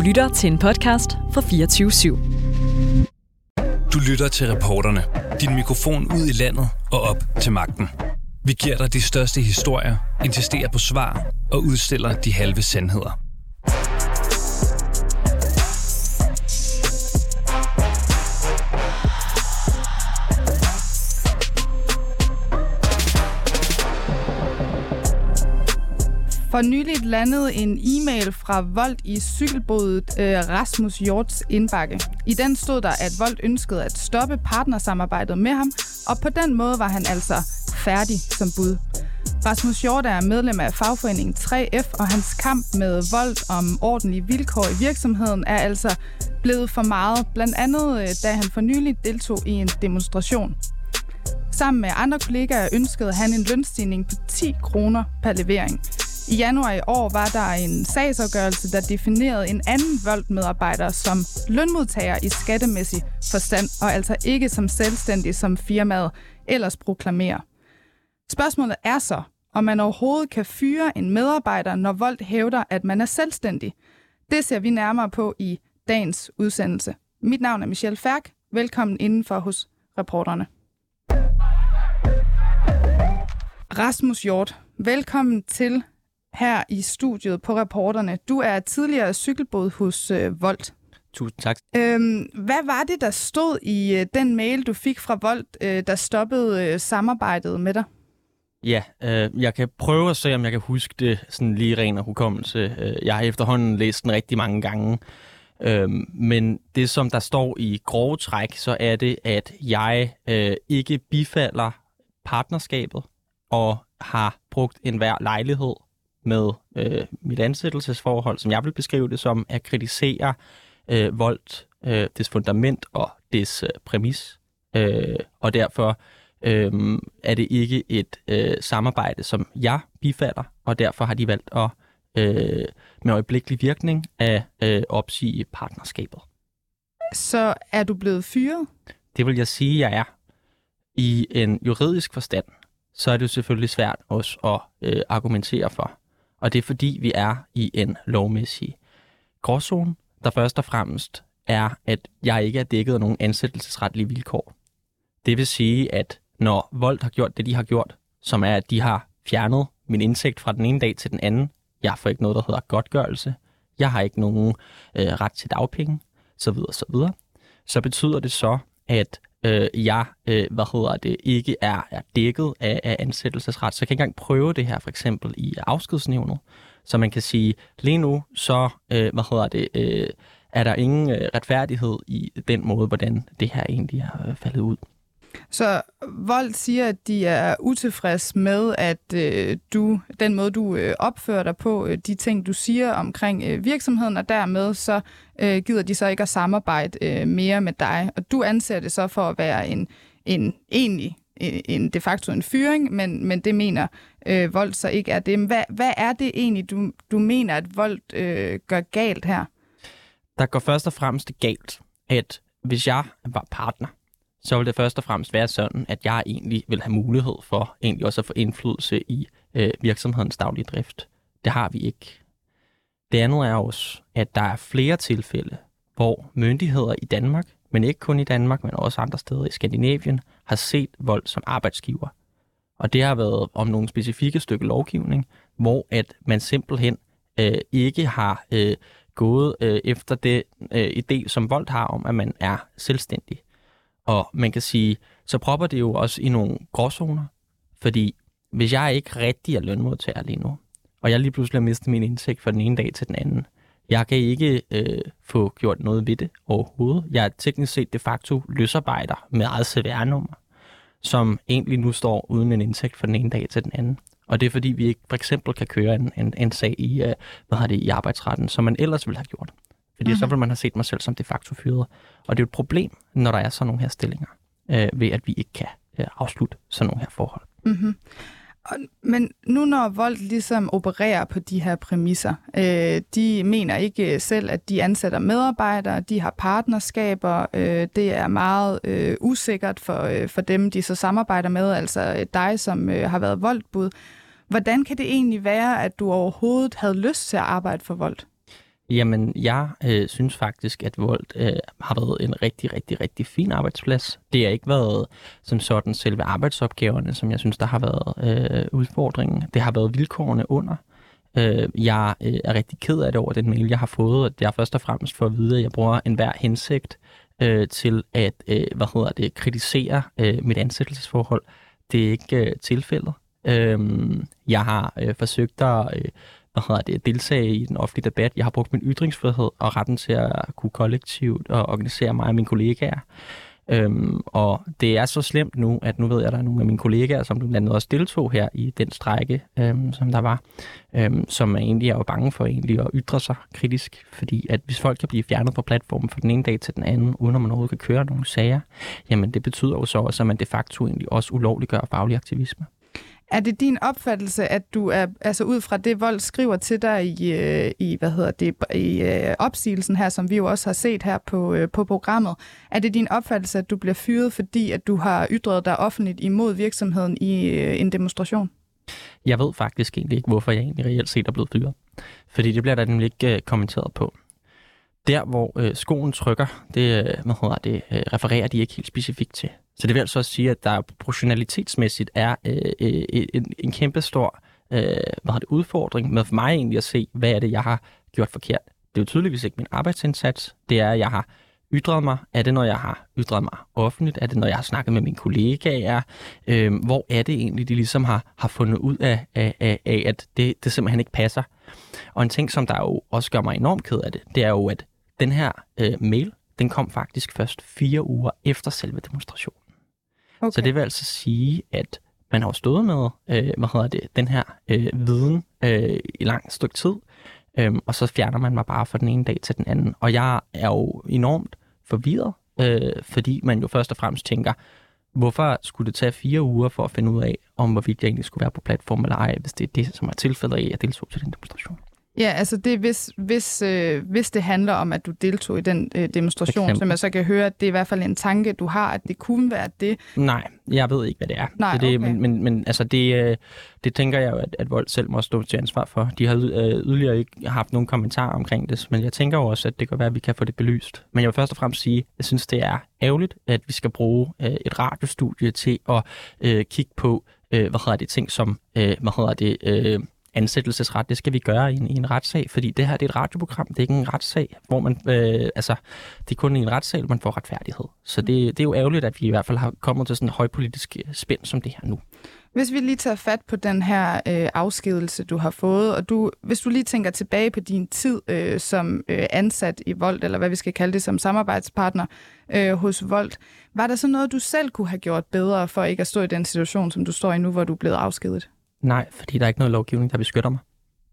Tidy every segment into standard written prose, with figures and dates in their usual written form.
lytter til en podcast fra 24/7. Du lytter til Reporterne. Din mikrofon ud i landet og op til magten. Vi giver dig de største historier, insisterer på svar og udstiller de halve sandheder. For nyligt landede en e-mail fra Volt i cykelbudet Rasmus Hjorts indbakke. I den stod der, at Volt ønskede at stoppe partnersamarbejdet med ham, og på den måde var han altså færdig som bud. Rasmus Hjort er medlem af fagforeningen 3F, og hans kamp med Volt om ordentlige vilkår i virksomheden er altså blevet for meget, blandt andet da han for nyligt deltog i en demonstration. Sammen med andre kollegaer ønskede han en lønstigning på 10 kroner per levering. I januar i år var der en sagsafgørelse, der definerede en anden Volt-medarbejder som lønmodtager i skattemæssig forstand, og altså ikke som selvstændig, som firmaet ellers proklamerer. Spørgsmålet er så, om man overhovedet kan fyre en medarbejder, når Volt hævder, at man er selvstændig. Det ser vi nærmere på i dagens udsendelse. Mit navn er Michelle Færk. Velkommen indenfor hos Reporterne. Rasmus Hjort, velkommen til her i studiet på Reporterne. Du er tidligere cykelbud hos Volt. Tusind tak. Hvad var det, der stod i den mail, du fik fra Volt, der stoppede samarbejdet med dig? Ja, jeg kan prøve at se, om jeg kan huske det sådan lige ren af hukommelse. Jeg har efterhånden læst den rigtig mange gange. Men det, som der står i grove træk, så er det, at jeg ikke bifalder partnerskabet og har brugt enhver lejlighed med mit ansættelsesforhold, som jeg vil beskrive det som, at kritisere Volt, dets fundament og dets præmis. Og derfor er det ikke et samarbejde, som jeg bifalder, og derfor har de valgt at med øjeblikkelig virkning at opsige partnerskabet. Så er du blevet fyret? Det vil jeg sige, jeg er. I en juridisk forstand, så er det jo selvfølgelig svært også at argumentere for. Og det er fordi, vi er i en lovmæssig gråzone, der først og fremmest er, at jeg ikke er dækket af nogen ansættelsesretlige vilkår. Det vil sige, at når Volt har gjort det, de har gjort, som er, at de har fjernet min indtægt fra den ene dag til den anden, jeg får ikke noget, der hedder godtgørelse, jeg har ikke nogen ret til dagpenge, så videre, så betyder det så, at jeg ikke er dækket af ansættelsesret. Så jeg kan ikke engang prøve det her, for eksempel i afskedsnævnet. Så man kan sige, lige nu, så er der ingen retfærdighed i den måde, hvordan det her egentlig er faldet ud. Så Volt siger, at de er utilfreds med, at den måde, du opfører dig på, de ting, du siger omkring virksomheden, og dermed så gider de så ikke at samarbejde mere med dig. Og du anser det så for at være en de facto en fyring, men det mener Volt så ikke er det. Hvad er det egentlig, du mener, at Volt gør galt her? Der går først og fremmest galt, at hvis jeg var partner, så vil det først og fremmest være sådan, at jeg egentlig vil have mulighed for egentlig også at få indflydelse i virksomhedens daglige drift. Det har vi ikke. Det andet er også, at der er flere tilfælde, hvor myndigheder i Danmark, men ikke kun i Danmark, men også andre steder i Skandinavien, har set Volt som arbejdsgiver. Og det har været om nogle specifikke stykker lovgivning, hvor at man simpelthen ikke har gået efter det idé, som Volt har om, at man er selvstændig. Og man kan sige, så propper det jo også i nogle gråzoner, fordi hvis jeg ikke rigtig er lønmodtager lige nu, og jeg lige pludselig har mistet min indtægt fra den ene dag til den anden, jeg kan ikke få gjort noget ved det overhovedet. Jeg er teknisk set de facto løsarbejder med eget CVR-nummer, som egentlig nu står uden en indtægt fra den ene dag til den anden. Og det er fordi, vi ikke for eksempel kan køre en sag i, i arbejdsretten, som man ellers ville have gjort. Fordi så vil man have set mig selv som de facto fyret. Og det er jo et problem, når der er sådan nogle her stillinger, ved at vi ikke kan afslutte sådan nogle her forhold. Mm-hmm. Men nu når Volt ligesom opererer på de her præmisser, de mener ikke selv, at de ansætter medarbejdere, de har partnerskaber, det er meget usikkert for dem, de så samarbejder med, altså dig, som har været Volt-bud. Hvordan kan det egentlig være, at du overhovedet havde lyst til at arbejde for Volt? Jamen, jeg synes faktisk, at Volt har været en rigtig, rigtig, rigtig fin arbejdsplads. Det har ikke været som sådan selve arbejdsopgaverne, som jeg synes, der har været udfordringen. Det har været vilkårene under. Jeg er rigtig ked af det over den mail, jeg har fået, at jeg først og fremmest får at vide, at jeg bruger enhver hensigt til at kritisere mit ansættelsesforhold. Det er ikke tilfældet. Jeg har forsøgt at deltage i den offentlige debat. Jeg har brugt min ytringsfrihed og retten til at kunne kollektivt og organisere mig og mine kollegaer. Og det er så slemt nu, at nu ved jeg, at der er nogle af mine kollegaer, som blandt andet også deltog her i den strejke, som der var, som egentlig er jo bange for egentlig at ytre sig kritisk, fordi at hvis folk kan blive fjernet fra platformen fra den ene dag til den anden, uden at man overhovedet kan køre nogle sager, jamen det betyder jo så også, at man de facto egentlig også ulovliggør faglig aktivisme. Er det din opfattelse, at du er, altså ud fra det, Volt skriver til dig i opsigelsen her, som vi jo også har set her på programmet, er det din opfattelse, at du bliver fyret, fordi at du har ytret dig offentligt imod virksomheden i en demonstration? Jeg ved faktisk egentlig ikke, hvorfor jeg egentlig reelt set er blevet fyret. Fordi det bliver der nemlig ikke kommenteret på. Der, hvor skoen trykker, det refererer de ikke helt specifikt til. Så det vil altså også sige, at der proportionalitetsmæssigt er en kæmpe stor udfordring med for mig egentlig at se, hvad er det, jeg har gjort forkert. Det er jo tydeligvis ikke min arbejdsindsats. Det er, at jeg har ytret mig. Er det, når jeg har ytret mig offentligt? Er det, når jeg har snakket med mine kollegaer? Hvor er det egentlig, de ligesom har fundet ud af at det simpelthen ikke passer? Og en ting, som der jo også gør mig enormt ked af det er jo, at den her mail, den kom faktisk først 4 uger efter selve demonstrationen. Okay. Så det vil altså sige, at man har stået med den her viden i lang stykke tid, og så fjerner man mig bare fra den ene dag til den anden. Og jeg er jo enormt forvirret, fordi man jo først og fremmest tænker, hvorfor skulle det tage 4 uger for at finde ud af, om hvorvidt jeg egentlig skulle være på platform eller ej, hvis det er det, som er tilfældet af, at jeg deltog til den demonstration. Ja, altså det er, hvis det handler om, at du deltog i den demonstration, som jeg så kan høre, at det er i hvert fald en tanke, du har, at det kunne være det. Nej, jeg ved ikke, hvad det er. Nej, det, okay. Men altså det tænker jeg jo, at Volt selv må stå til ansvar for. De har yderligere ikke haft nogen kommentarer omkring det, men jeg tænker jo også, at det kan være, at vi kan få det belyst. Men jeg vil først og fremmest sige, at jeg synes, det er ærgerligt, at vi skal bruge et radiostudie til at kigge på, ting som, ansættelsesret, det skal vi gøre i en retssag, fordi det her det er et radioprogram, det er ikke en retssag, hvor man, det er kun i en retssag, man får retfærdighed. Så det er jo ærgerligt, at vi i hvert fald har kommet til sådan en højpolitisk spænd som det her nu. Hvis vi lige tager fat på den her afskedelse, du har fået, og hvis du lige tænker tilbage på din tid som ansat i Volt, eller hvad vi skal kalde det som samarbejdspartner hos Volt, var der så noget, du selv kunne have gjort bedre for ikke at stå i den situation, som du står i nu, hvor du er blevet afskedet? Nej, fordi der er ikke noget lovgivning, der beskytter mig.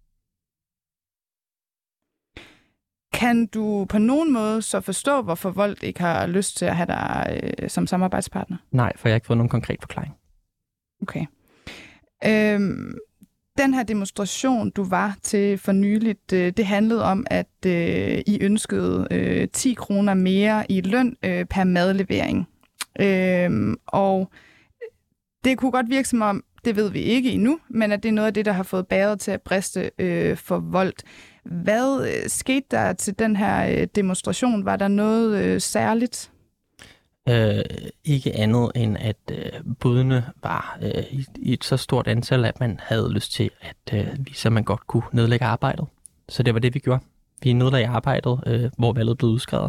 Kan du på nogen måde så forstå, hvorfor Volt ikke har lyst til at have dig som samarbejdspartner? Nej, for jeg har ikke fået nogen konkret forklaring. Okay. Den her demonstration, du var til for nyligt, det handlede om, at I ønskede 10 kroner mere i løn per madlevering. Og det kunne godt virke som om, det ved vi ikke endnu, men at det er noget af det, der har fået bæret til at briste for Volt. Hvad skete der til den her demonstration? Var der noget særligt? Ikke andet end, at budene var i et så stort antal, at man havde lyst til at vise, at man godt kunne nedlægge arbejdet. Så det var det, vi gjorde. Vi nedlagde arbejdet, hvor valget blev udskrevet.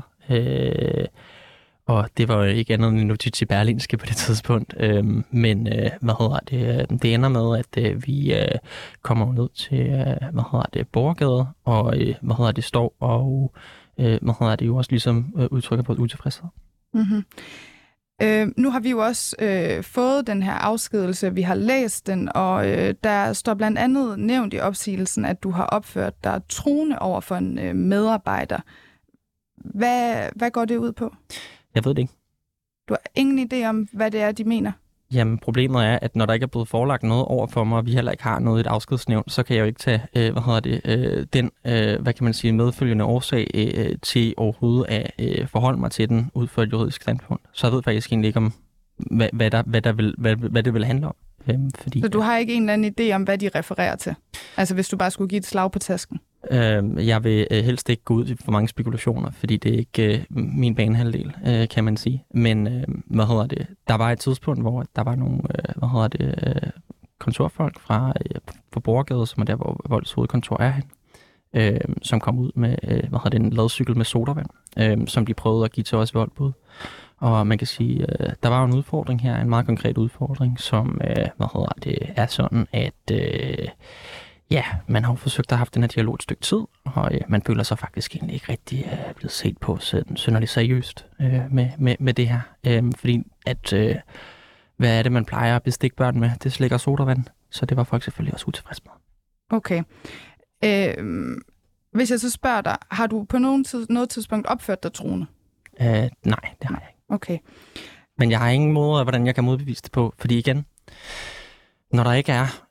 Og det var jo ikke andet end en notits i Berlingske på det tidspunkt. Men det ender med, at vi kommer ned til Borgergade, og det står, og det jo også ligesom udtrykker på utilfredshed. Mm-hmm. Nu har vi jo også fået den her afskedelse, vi har læst den, og der står blandt andet nævnt i opsigelsen, at du har opført dig truende over for en medarbejder. Hvad går det ud på? Jeg ved det ikke. Du har ingen idé om, hvad det er, de mener? Jamen, problemet er, at når der ikke er blevet forelagt noget over for mig, og vi heller ikke har noget i et afskedsnævn, så kan jeg jo ikke tage, medfølgende årsag til overhovedet at forholde mig til den ud fra et juridisk standpunkt. Så jeg ved faktisk egentlig ikke om, hvad det vil handle om. Så du har ikke en eller anden idé om, hvad de refererer til? Altså, hvis du bare skulle give et slag på tasken? Jeg vil helst ikke gå ud i for mange spekulationer, fordi det er ikke min banehalvdel, kan man sige. Men der var et tidspunkt, hvor der var nogle kontorfolk fra Borgergade, som er der, hvor Volds hovedkontor er hen, som kom ud med en ladcykel med sodavand, som de prøvede at give til os i Voldbud. Og man kan sige, der var jo en udfordring her, en meget konkret udfordring, som er sådan, at man har jo forsøgt at have den her dialog et stykke tid, og man føler sig faktisk egentlig ikke rigtig blevet set på synderligt seriøst med det her. Fordi at, hvad er det, man plejer at bestikke børn med? Det slikker sodavand, så det var folk selvfølgelig også utilfreds med. Okay. Hvis jeg så spørger dig, har du på noget tidspunkt opført dig truende? Nej, det har jeg ikke. Okay. Men jeg har ingen måde af, hvordan jeg kan modbevise det på, fordi igen, når der ikke er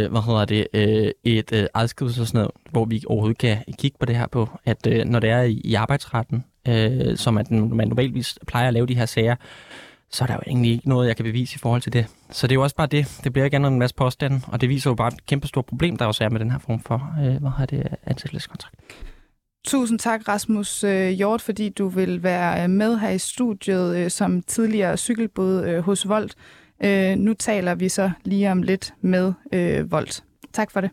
et adskillelsesnævn, hvor vi overhovedet kan kigge på det her på, at når det er i arbejdsretten, som at man normalvis plejer at lave de her sager, så er der jo egentlig ikke noget, jeg kan bevise i forhold til det. Så det er jo også bare det. Det bliver igen en masse påstande, og det viser jo bare et kæmpe stort problem, der også er med den her form for ansættelseskontrakt. Tusind tak, Rasmus Hjort, fordi du vil være med her i studiet som tidligere cykelbud hos Volt. Nu taler vi så lige om lidt med Volt. Tak for det.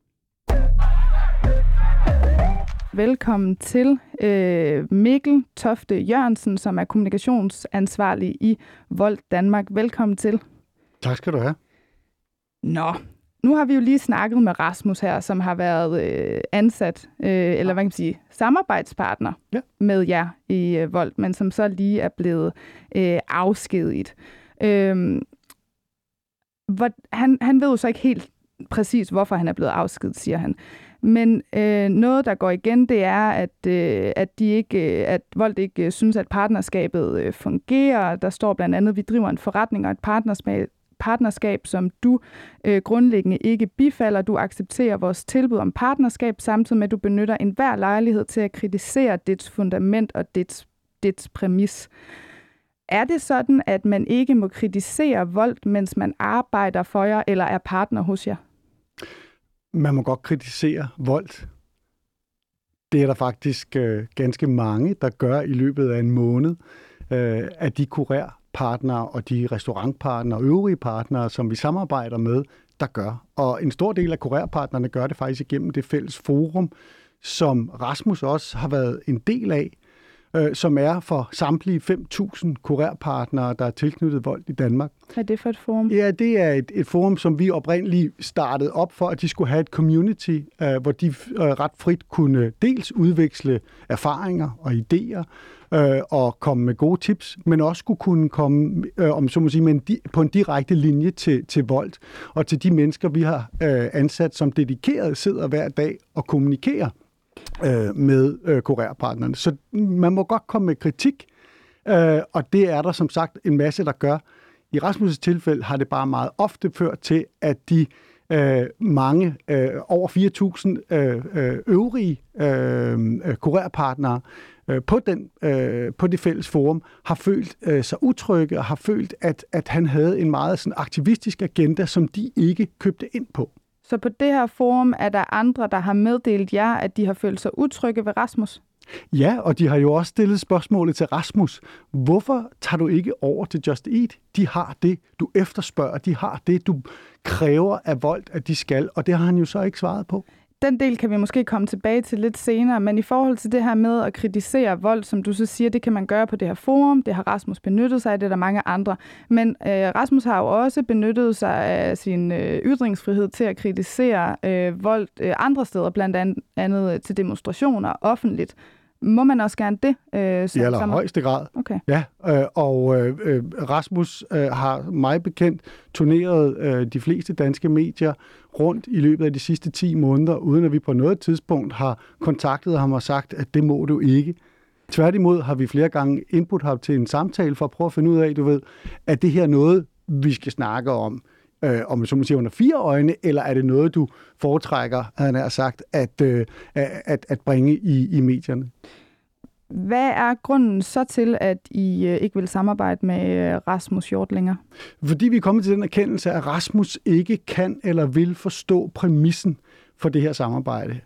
Velkommen til Mikkel Tofte Jørgensen, som er kommunikationsansvarlig i Volt Danmark. Velkommen til. Tak skal du have. Nå, nu har vi jo lige snakket med Rasmus her, som har været ansat, eller hvad kan man sige, samarbejdspartner med jer i Volt, men som så lige er blevet afskediget. Han ved jo så ikke helt præcis, hvorfor han er blevet afskediget, siger han. Men noget, der går igen, det er, at Volt ikke synes, at partnerskabet fungerer. Der står blandt andet, at vi driver en forretning og et partnerskab, som du grundlæggende ikke bifalder. Du accepterer vores tilbud om partnerskab, samtidig med, at du benytter enhver lejlighed til at kritisere dets fundament og dets præmis. Er det sådan, at man ikke må kritisere Volt, mens man arbejder for jer eller er partner hos jer? Man må godt kritisere Volt. Det er der faktisk ganske mange, der gør i løbet af en måned, af de kurerpartnere og de restaurantpartnere og øvrige partnere, som vi samarbejder med, der gør. Og en stor del af kurerpartnerne gør det faktisk igennem det fælles forum, som Rasmus også har været en del af, som er for samtlige 5.000 kurerpartnere, der er tilknyttet Volt i Danmark. Hvad er det for et forum? Ja, det er et forum, som vi oprindeligt startede op for, at de skulle have et community, hvor de ret frit kunne dels udveksle erfaringer og idéer og komme med gode tips, men også skulle kunne komme på en direkte linje til Volt og til de mennesker, vi har ansat, som dedikeret sidder hver dag og kommunikerer med kurerpartnerne. Så man må godt komme med kritik, og det er der som sagt en masse, der gør. I Rasmus' tilfælde har det bare meget ofte ført til, at de mange, over 4.000 øvrige kurerpartnere på det fælles forum har følt sig utrygge og har følt, at han havde en meget sådan aktivistisk agenda, som de ikke købte ind på. Så på det her forum er der andre, der har meddelt jer, at de har følt sig utrygge ved Rasmus? Ja, og de har jo også stillet spørgsmålet til Rasmus. Hvorfor tager du ikke over til Just Eat? De har det, du efterspørger. De har det, du kræver af Volt, at de skal. Og det har han jo så ikke svaret på. Den del kan vi måske komme tilbage til lidt senere, men i forhold til det her med at kritisere Volt, som du så siger, det kan man gøre på det her forum, det har Rasmus benyttet sig af, det er der mange andre. Men Rasmus har jo også benyttet sig af sin ytringsfrihed til at kritisere Volt andre steder, blandt andet til demonstrationer offentligt. Må man også gerne det? I allerhøjeste grad. Okay. Ja, og Rasmus har mig bekendt turneret de fleste danske medier rundt i løbet af de sidste 10 måneder, uden at vi på noget tidspunkt har kontaktet ham og sagt, at det må du ikke. Tværtimod har vi flere gange indbudt ham til en samtale for at prøve at finde ud af, at det her noget, vi skal snakke om så man siger under 4 øjne, eller er det noget, du foretrækker, han har sagt, at bringe i medierne? Hvad er grunden så til, at I ikke vil samarbejde med Rasmus Hjort længere? Fordi vi er kommet til den erkendelse, at Rasmus ikke kan eller vil forstå præmissen for det her samarbejde.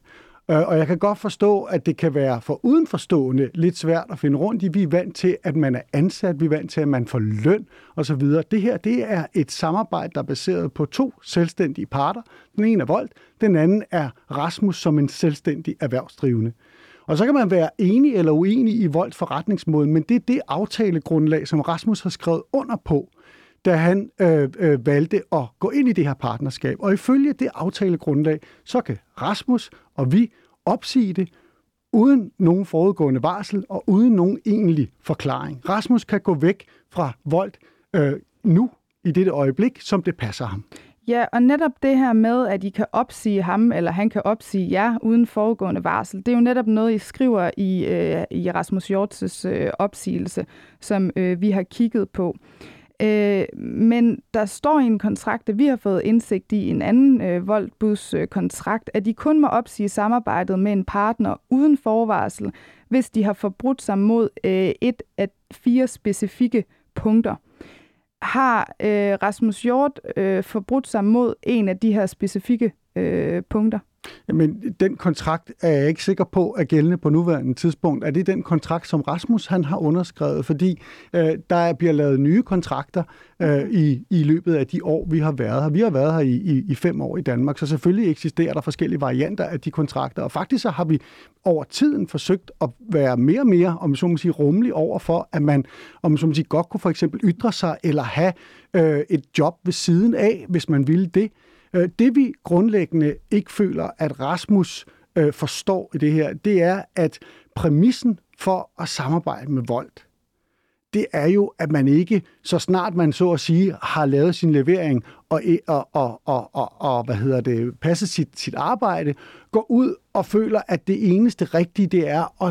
Og jeg kan godt forstå, at det kan være for udenforstående lidt svært at finde rundt i. Vi er vant til, at man er ansat, vi er vant til, at man får løn osv. Det her, det er et samarbejde, der er baseret på 2 selvstændige parter. Den ene er Volt, den anden er Rasmus som en selvstændig erhvervsdrivende. Og så kan man være enig eller uenig i Volts forretningsmåde, men det er det aftalegrundlag, som Rasmus har skrevet under på, da han valgte at gå ind i det her partnerskab. Og ifølge det aftalegrundlag, så kan Rasmus og vi opsige det uden nogen forudgående varsel og uden nogen egentlig forklaring. Rasmus kan gå væk fra Volt nu i dette øjeblik, som det passer ham. Ja, og netop det her med, at I kan opsige ham, eller han kan opsige jer uden foregående varsel, det er jo netop noget, I skriver i Rasmus Hjorts opsigelse, som vi har kigget på. Men der står i en kontrakt, at vi har fået indsigt i en anden Volt-bus-kontrakt, at de kun må opsige samarbejdet med en partner uden forvarsel, hvis de har forbrudt sig mod et af 4 specifikke punkter. Har Rasmus Hjort forbrudt sig mod en af de her specifikke punkter? Men den kontrakt er jeg ikke sikker på er gældende på nuværende tidspunkt. Er det den kontrakt, som Rasmus han har underskrevet? Fordi der bliver lavet nye kontrakter i løbet af de år, vi har været her. Vi har været her i 5 år i Danmark, så selvfølgelig eksisterer der forskellige varianter af de kontrakter. Og faktisk så har vi over tiden forsøgt at være mere og mere, om så må sige, rummelig over for, at man, om så må sige, godt kunne for eksempel ytre sig eller have et job ved siden af, hvis man ville det. Det vi grundlæggende ikke føler, at Rasmus forstår i det her, det er, at præmissen for at samarbejde med Volt, det er jo, at man ikke, så snart man så at sige, har lavet sin levering og passet sit arbejde, går ud og føler, at det eneste rigtige, det er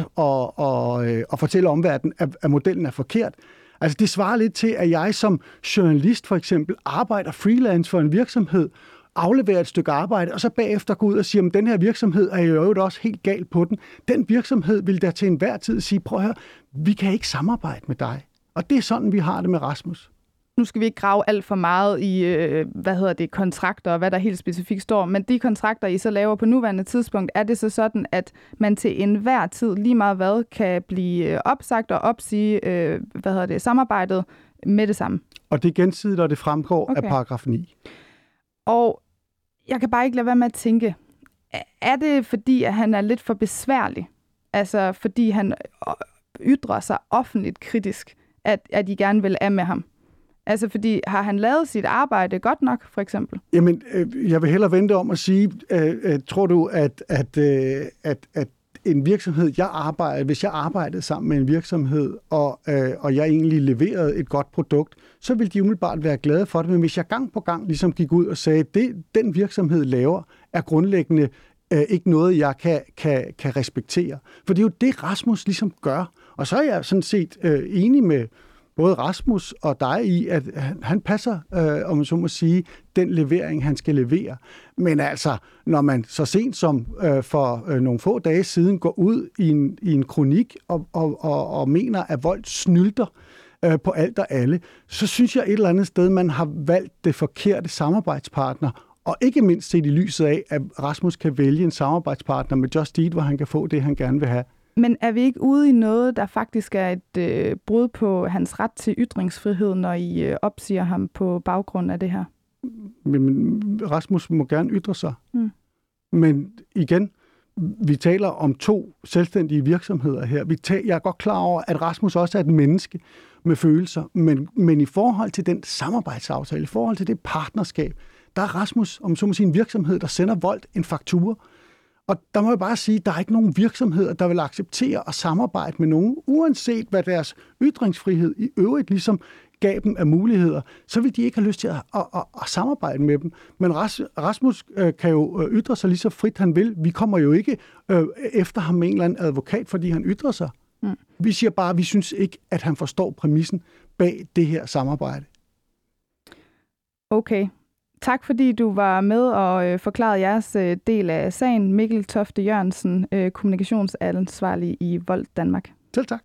at fortælle omverdenen, at modellen er forkert. Altså det svarer lidt til, at jeg som journalist for eksempel arbejder freelance for en virksomhed, afleverer et stykke arbejde, og så bagefter gå ud og sige, at den her virksomhed er jo også helt galt på den. Den virksomhed vil der til enhver tid sige, prøv at høre, vi kan ikke samarbejde med dig. Og det er sådan, vi har det med Rasmus. Nu skal vi ikke grave alt for meget i, kontrakter og hvad der helt specifikt står, men de kontrakter, I så laver på nuværende tidspunkt, er det så sådan, at man til enhver tid lige meget hvad kan blive opsagt og opsige, samarbejdet med det samme? Og det er gensidigt, og det fremgår af paragraf 9. Og jeg kan bare ikke lade være med at tænke, er det fordi, at han er lidt for besværlig? Altså fordi han ytrer sig offentligt kritisk, at I gerne vil af med ham? Altså fordi, har han lavet sit arbejde godt nok, for eksempel? Jamen, jeg vil hellere vente om at sige, tror du, at en virksomhed, hvis jeg arbejdede sammen med en virksomhed, og jeg egentlig leverede et godt produkt, så ville de umiddelbart være glade for det. Men hvis jeg gang på gang ligesom gik ud og sagde, at den virksomhed laver, er grundlæggende ikke noget, jeg kan respektere. For det er jo det, Rasmus ligesom gør. Og så er jeg sådan set enig med både Rasmus og dig i, at han passer, om man så må sige, den levering, han skal levere. Men altså, når man så sent som for nogle få dage siden går ud i en kronik og mener, at Volt snylter på alt og alle, så synes jeg et eller andet sted, man har valgt det forkerte samarbejdspartner. Og ikke mindst set i lyset af, at Rasmus kan vælge en samarbejdspartner med Just Eat, hvor han kan få det, han gerne vil have. Men er vi ikke ude i noget, der faktisk er et brud på hans ret til ytringsfrihed, når I opsiger ham på baggrund af det her? Men Rasmus må gerne ytre sig. Men igen, vi taler om 2 selvstændige virksomheder her. Jeg er godt klar over, at Rasmus også er et menneske med følelser, men i forhold til den samarbejdsaftale, i forhold til det partnerskab, der er Rasmus, om så må sige, en virksomhed, der sender Volt en faktura. Og der må jeg bare sige, at der er ikke nogen virksomheder, der vil acceptere at samarbejde med nogen, uanset hvad deres ytringsfrihed i øvrigt ligesom gav dem af muligheder, så vil de ikke have lyst til at samarbejde med dem. Men Rasmus kan jo ytre sig lige så frit han vil. Vi kommer jo ikke efter ham med en eller anden advokat, fordi han ytrer sig. Vi siger bare, at vi synes ikke, at han forstår præmissen bag det her samarbejde. Okay. Tak fordi du var med og forklarede jeres del af sagen. Mikkel Tofte Jørgensen, kommunikationsansvarlig i Volt Danmark. Selv tak.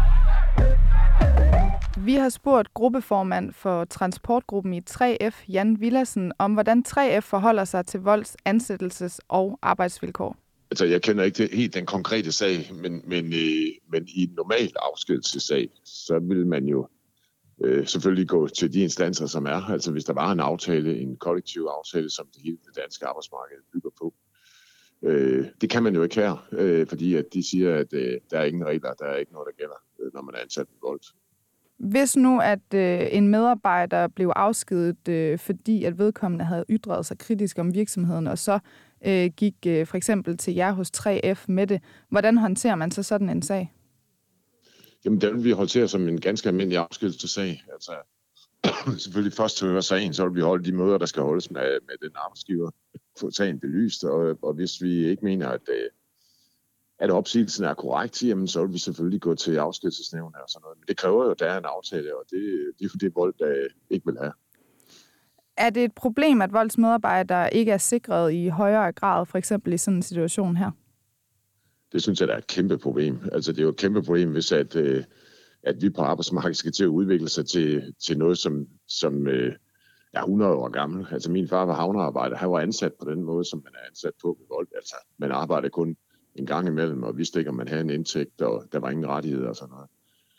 Vi har spurgt gruppeformand for transportgruppen i 3F, Jan Villadsen, om hvordan 3F forholder sig til Volts ansættelses- og arbejdsvilkår. Altså, jeg kender ikke helt den konkrete sag, men i en normal afskedelsessag, så vil man jo selvfølgelig gå til de instanser, som er. Altså, hvis der var en aftale, en kollektiv aftale, som det hele det danske arbejdsmarked bygger på. Det kan man jo ikke her, fordi at de siger, at der er ingen regler, der er ikke noget, der gælder, når man er ansat med vold. Hvis nu, at en medarbejder blev afskediget, fordi at vedkommende havde ytret sig kritisk om virksomheden, og så gik for eksempel til jer hos 3F med det, hvordan håndterer man så sådan en sag? Jamen, det vil vi håndtere som en ganske almindelig afskedelsessag. Altså, selvfølgelig først til at høre sagen, så vil vi holde de møder, der skal holdes med den arbejdsgiver, få sagen belyst, og hvis vi ikke mener, at opsigelsen er korrekt, jamen, så vil vi selvfølgelig gå til afskedelsesnævnet og sådan noget. Men det kræver jo, at der er en aftale, og det er jo det vold, der ikke vil have. Er det et problem, at voldsmedarbejdere ikke er sikret i højere grad, for eksempel i sådan en situation her? Det synes jeg, der er et kæmpe problem. Altså, det er jo et kæmpe problem, hvis at vi på arbejdsmarkedet skal til at udvikle sig til noget, som er 100 år gammel. Altså, min far var havnearbejder. Han var ansat på den måde, som man er ansat på med vold. Altså, man arbejder kun en gang imellem, og vidste ikke, om man havde en indtægt, og der var ingen rettigheder og sådan noget.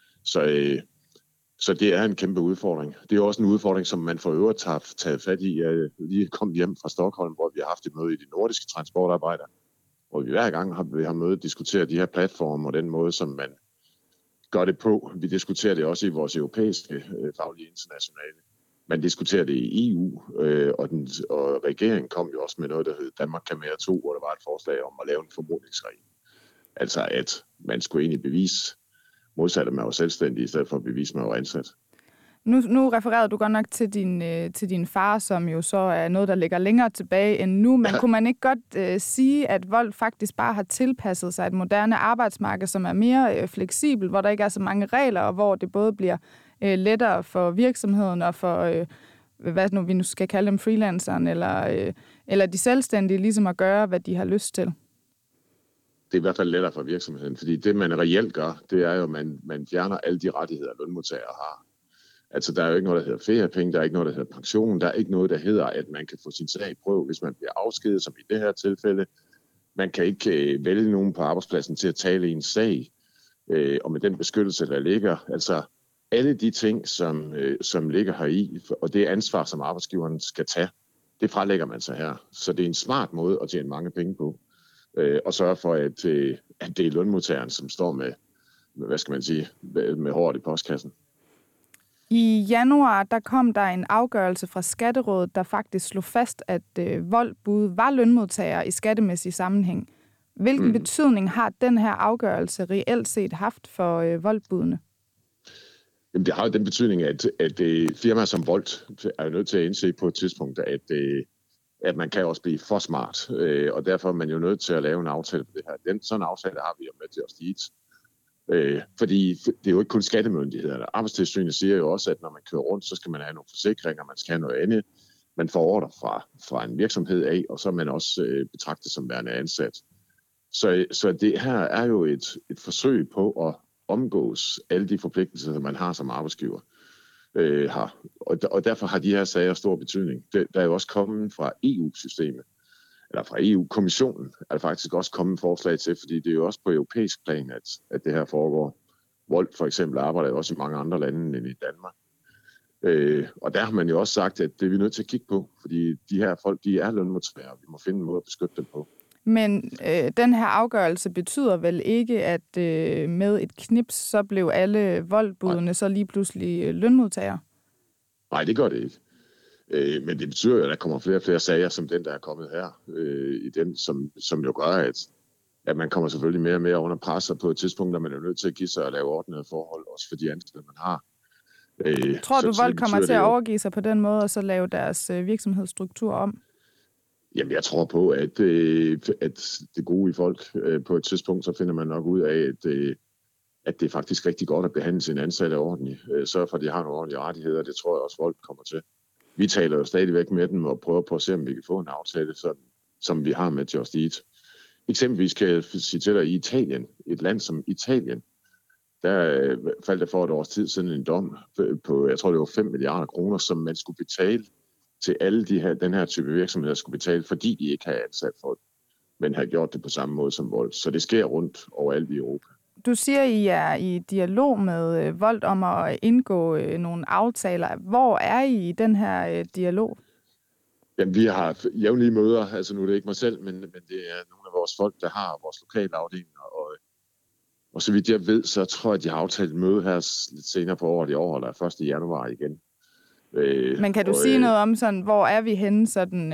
Så det er en kæmpe udfordring. Det er også en udfordring, som man for øvrigt har taget fat i. Jeg lige kom hjem fra Stockholm, hvor vi har haft et møde i de nordiske transportarbejdere, hvor vi hver gang har møde diskuteret de her platforme og den måde, som man gør det på. Vi diskuterer det også i vores europæiske faglige internationale. Man diskuterer det i EU, og regeringen kom jo også med noget, der hed Danmark kan mere 2, hvor der var et forslag om at lave en formodningsregel. Altså at man skulle egentlig bevise modsat, at man var selvstændig, i stedet for at bevise, at man var ansat. Nu refererede du godt nok til din far, som jo så er noget, der ligger længere tilbage end nu, men kunne man ikke godt sige, at vold faktisk bare har tilpasset sig et moderne arbejdsmarked, som er mere fleksibel, hvor der ikke er så mange regler, og hvor det både bliver lettere for virksomheden og for, hvad nu vi nu skal kalde dem, freelanceren eller de selvstændige, ligesom at gøre, hvad de har lyst til? Det er i hvert fald lettere for virksomheden, fordi det, man reelt gør, det er jo, at man fjerner alle de rettigheder, lønmodtagere har. Altså, der er jo ikke noget, der hedder feriepenge, der er ikke noget, der hedder pension, der er ikke noget, der hedder, at man kan få sin sag prøvet, hvis man bliver afskediget, som i det her tilfælde. Man kan ikke vælge nogen på arbejdspladsen til at tale i en sag, og med den beskyttelse, der ligger. Altså, alle de ting, som ligger heri, og det ansvar, som arbejdsgiveren skal tage, det frelægger man sig her. Så det er en smart måde at tjene mange penge på, og sørge for, at det er lønmodtageren, som står med, hvad skal man sige, med hårdt i postkassen. I januar, der kom der en afgørelse fra Skatterådet, der faktisk slog fast, at voldbud var lønmodtagere i skattemæssig sammenhæng. Hvilken betydning har den her afgørelse reelt set haft for voldbudene? Jamen, det har jo den betydning, at firmaer som Volt er jo nødt til at indse på et tidspunkt, at man kan også blive for smart, og derfor er man jo nødt til at lave en aftale på det her. Sådan en aftale har vi jo med til os dit. Fordi det er jo ikke kun skattemyndighederne. Arbejdstilsynet siger jo også, at når man kører rundt, så skal man have nogle forsikringer, man skal have noget andet. Man får ordre fra en virksomhed af, og så er man også betragtet som værende ansat. Så det her er jo et forsøg på at omgås alle de forpligtelser, som man har som arbejdsgiver. Og derfor har de her sager stor betydning. Der er jo også kommet fra EU-systemet, eller fra EU-kommissionen, er der faktisk også kommet forslag til, fordi det er jo også på europæisk plan, at det her foregår. Volt for eksempel arbejder jo også i mange andre lande end i Danmark. Og der har man jo også sagt, at det er vi nødt til at kigge på, fordi de her folk, de er lønmodtagere, og vi må finde en måde at beskytte dem på. Men den her afgørelse betyder vel ikke, at med et knips, så blev alle voldbudene så lige pludselig lønmodtagere? Nej, det gør det ikke. Men det betyder jo, at der kommer flere og flere sager, som den, der er kommet her, i den, som jo gør, at man kommer selvfølgelig mere og mere under pres, og på et tidspunkt, der man er nødt til at give sig og lave ordnede forhold, også for de ansatte, man har. Tror du, Volt kommer til at overgive sig på den måde, og så lave deres virksomhedsstruktur om? Jamen, jeg tror på, at det gode i folk, på et tidspunkt, så finder man nok ud af, at det er faktisk rigtig godt at behandle sine ansatte ordentligt. Sørge for, at de har nogle ordentlige rettigheder, det tror jeg også, Volt kommer til. Vi taler jo stadigvæk med dem og prøver på at se, om vi kan få en aftale, som vi har med Just Eat. Eksempelvis kan jeg sige til dig, i Italien, et land som Italien, der faldt der for et års tid siden en dom på, jeg tror det var 5 milliarder kroner, som man skulle betale til alle den her type virksomheder skulle betale, fordi de ikke havde ansat folk. men have gjort det på samme måde som Volt. Så det sker rundt overalt i Europa. Du siger, I er i dialog med Volt om at indgå nogle aftaler. Hvor er I den her dialog? Jamen, vi har jævnlige møder. Altså, nu er det ikke mig selv, men det er nogle af vores folk, der har vores lokale afdelinger. Og så vidt jeg ved, så tror jeg, at de har aftalt et møde her lidt senere på året i år, eller 1. januar igen. Men kan du sige noget om, sådan, hvor er vi henne? Sådan,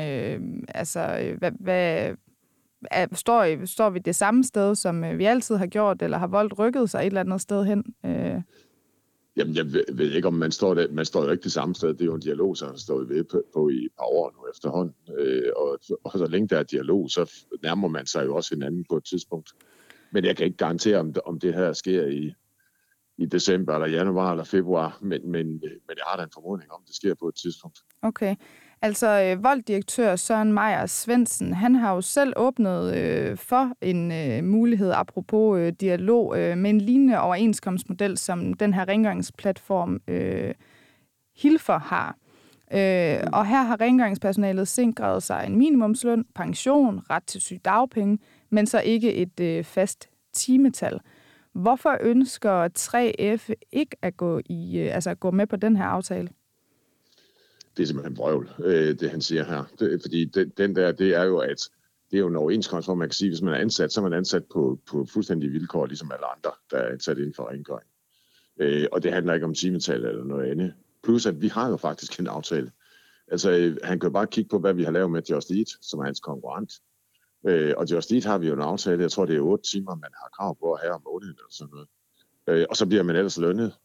står vi det samme sted, som vi altid har gjort, eller har Volt rykket sig et eller andet sted hen? Jamen, jeg ved ikke, om man står der. Man står jo ikke det samme sted. Det er jo en dialog, som har stået ved på i et par år nu efterhånden. Og så længe der er dialog, så nærmer man sig jo også hinanden på et tidspunkt. Men jeg kan ikke garantere, om det her sker i december, eller januar, eller februar. Men jeg har da en formodning om, det sker på et tidspunkt. Okay. Altså, Volt-direktør Søren Meyer Svendsen, han har jo selv åbnet for en mulighed, apropos dialog, med en lignende overenskomstmodel, som den her rengøringsplatform Hilfer har. Og her har rengøringspersonalet sikret sig en minimumsløn, pension, ret til sygedagpenge, men så ikke et fast timetal. Hvorfor ønsker 3F ikke at gå med på den her aftale? Det er simpelthen vrøvl, det han siger her. Fordi det er jo, at det er jo en overenskomst, hvor man kan sige, at hvis man er ansat, så er man ansat på fuldstændige vilkår, ligesom alle andre, der er ansat inden for rengøring. Og det handler ikke om timetal eller noget andet. Plus, at vi har jo faktisk en aftale. Altså, han kan jo bare kigge på, hvad vi har lavet med Just Eat, som er hans konkurrent. Og Just Eat har vi jo en aftale, jeg tror, det er 8 timer, man har krav på at have om måneden eller sådan noget. Og så bliver man ellers lønnet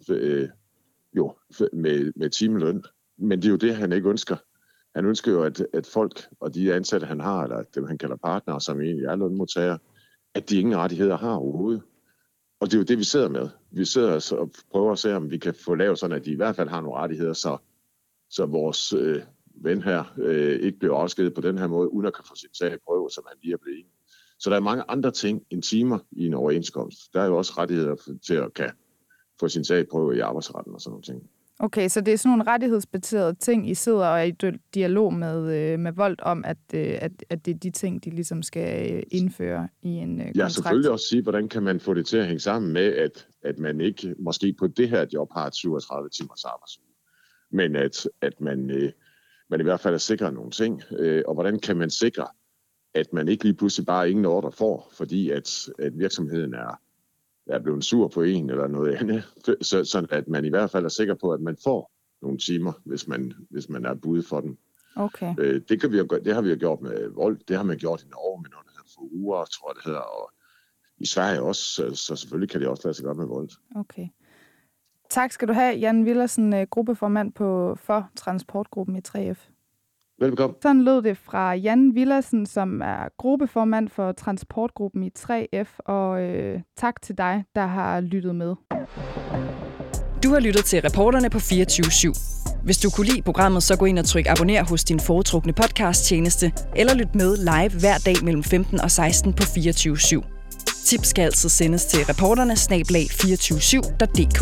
med timeløn. Men det er jo det, han ikke ønsker. Han ønsker jo, at folk og de ansatte, han har, eller dem, han kalder partnere, som egentlig er lønmodtagere, at de ingen rettigheder har overhovedet. Og det er jo det, vi sidder med. Vi sidder og prøver at se, om vi kan få lavet sådan, at de i hvert fald har nogle rettigheder, så vores ven her ikke bliver afskediget på den her måde, uden at kan få sin sag prøvet, som han lige er blevet enig. Så der er mange andre ting end timer i en overenskomst. Der er jo også rettigheder til at kan få sin sag prøvet i arbejdsretten og sådan nogle ting. Okay, så det er sådan nogle rettighedsbaserede ting, I sidder og er i dialog med Volt om, at det er de ting, de ligesom skal indføre i en kontrakt? Ja, selvfølgelig også sige, hvordan kan man få det til at hænge sammen med, at man ikke måske på det her job har et 37 timers arbejdsuge, men at man i hvert fald er sikret nogle ting. Og hvordan kan man sikre, at man ikke lige pludselig bare ingen ordre får, fordi at virksomheden er blevet sur på en eller noget andet, så at man i hvert fald er sikker på, at man får nogle timer, hvis man er budet for den. Okay. Det har vi jo gjort med Volt, det har man gjort i Norge med noget, der hedder for uger, tror jeg det hedder, og i Sverige også, så selvfølgelig kan det også lade sig gøre med Volt. Okay. Tak skal du have, Jan Villersen, gruppeformand for transportgruppen i 3F. Velbekomme. Sådan lød det fra Jan Villersen, som er gruppeformand for transportgruppen i 3F, og tak til dig, der har lyttet med. Du har lyttet til Reporterne på 24/7. Hvis du kunne lide programmet, så gå ind og tryk abonner hos din foretrukne podcasttjeneste, eller lyt med live hver dag mellem 15 og 16 på 24/7. Tips skal altid sendes til reporterne@247.dk.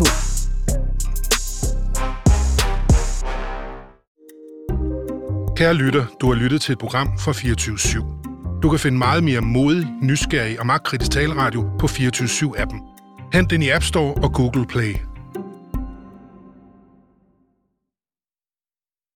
Kære lytter, du har lyttet til et program fra 24/7. Du kan finde meget mere modig, nysgerrig og magtkritisk taleradio på 24/7-appen. Hent den i App Store og Google Play.